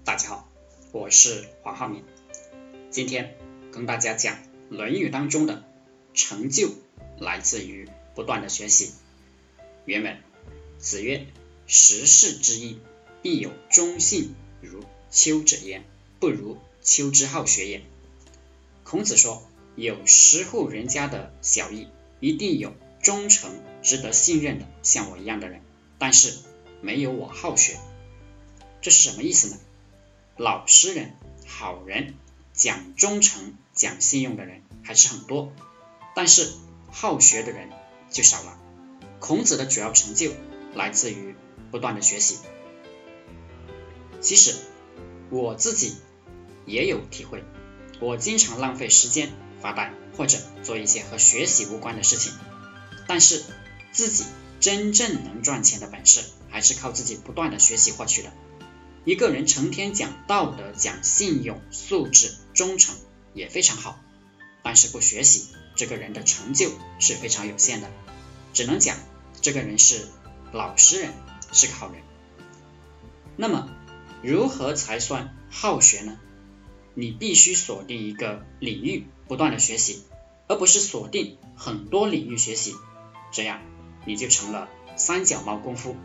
大家好，我是黄浩明。今天跟大家讲《论语》当中的成就来自于不断的学习。原文：子曰：时事之易，必有忠信如丘者焉，不如丘之好学也。孔子说，有10户人家的小邑，一定有忠诚值得信任的像我一样的人，但是没有我好学。这是什么意思呢？老实人、好人、讲忠诚、讲信用的人还是很多，但是好学的人就少了。孔子的主要成就来自于不断的学习。其实我自己也有体会，我经常浪费时间发呆，或者做一些和学习无关的事情，但是自己真正能赚钱的本事还是靠自己不断的学习获取的。一个人成天讲道德、讲信用、素质、忠诚也非常好，但是不学习，这个人的成就是非常有限的，只能讲这个人是老实人，是个好人。那么如何才算好学呢？你必须锁定一个领域不断的学习，而不是锁定很多领域学习，这样你就成了三脚猫功夫，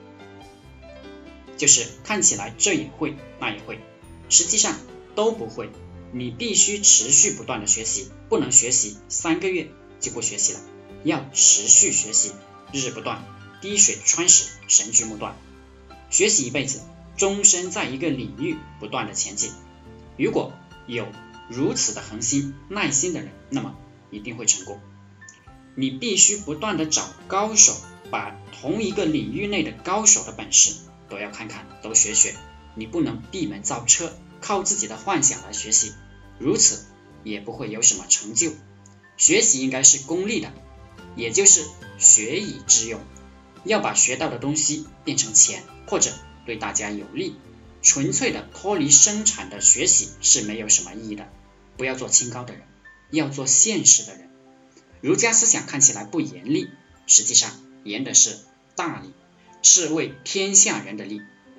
就是看起来这也会那也会，实际上都不会。你必须持续不断的学习，不能学习3个月就不学习了，要持续学习，日日不断，滴水穿石，神锯不断，学习一辈子，终身在一个领域不断的前进。如果有如此的恒心耐心的人，那么一定会成功。你必须不断的找高手，把同一个领域内的高手的本事都要看看，都学学。你不能闭门造车，靠自己的幻想来学习，如此也不会有什么成就。学习应该是功利的，也就是学以致用，要把学到的东西变成钱，或者对大家有利。纯粹的脱离生产的学习是没有什么意义的。不要做清高的人，要做现实的人。儒家思想看起来不严厉，实际上严的是大礼，是为天下人的利。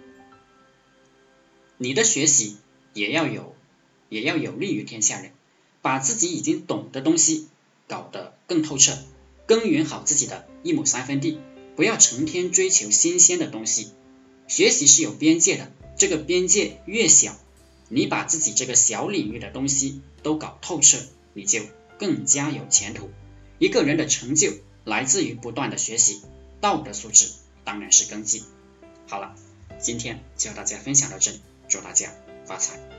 你的学习也要有利于天下人，把自己已经懂的东西搞得更透彻，耕耘好自己的1亩3分地，不要成天追求新鲜的东西。学习是有边界的，这个边界越小，你把自己这个小领域的东西都搞透彻，你就更加有前途。一个人的成就来自于不断的学习，道德素质当然是根基。好了，今天就和大家分享到这里，祝大家发财。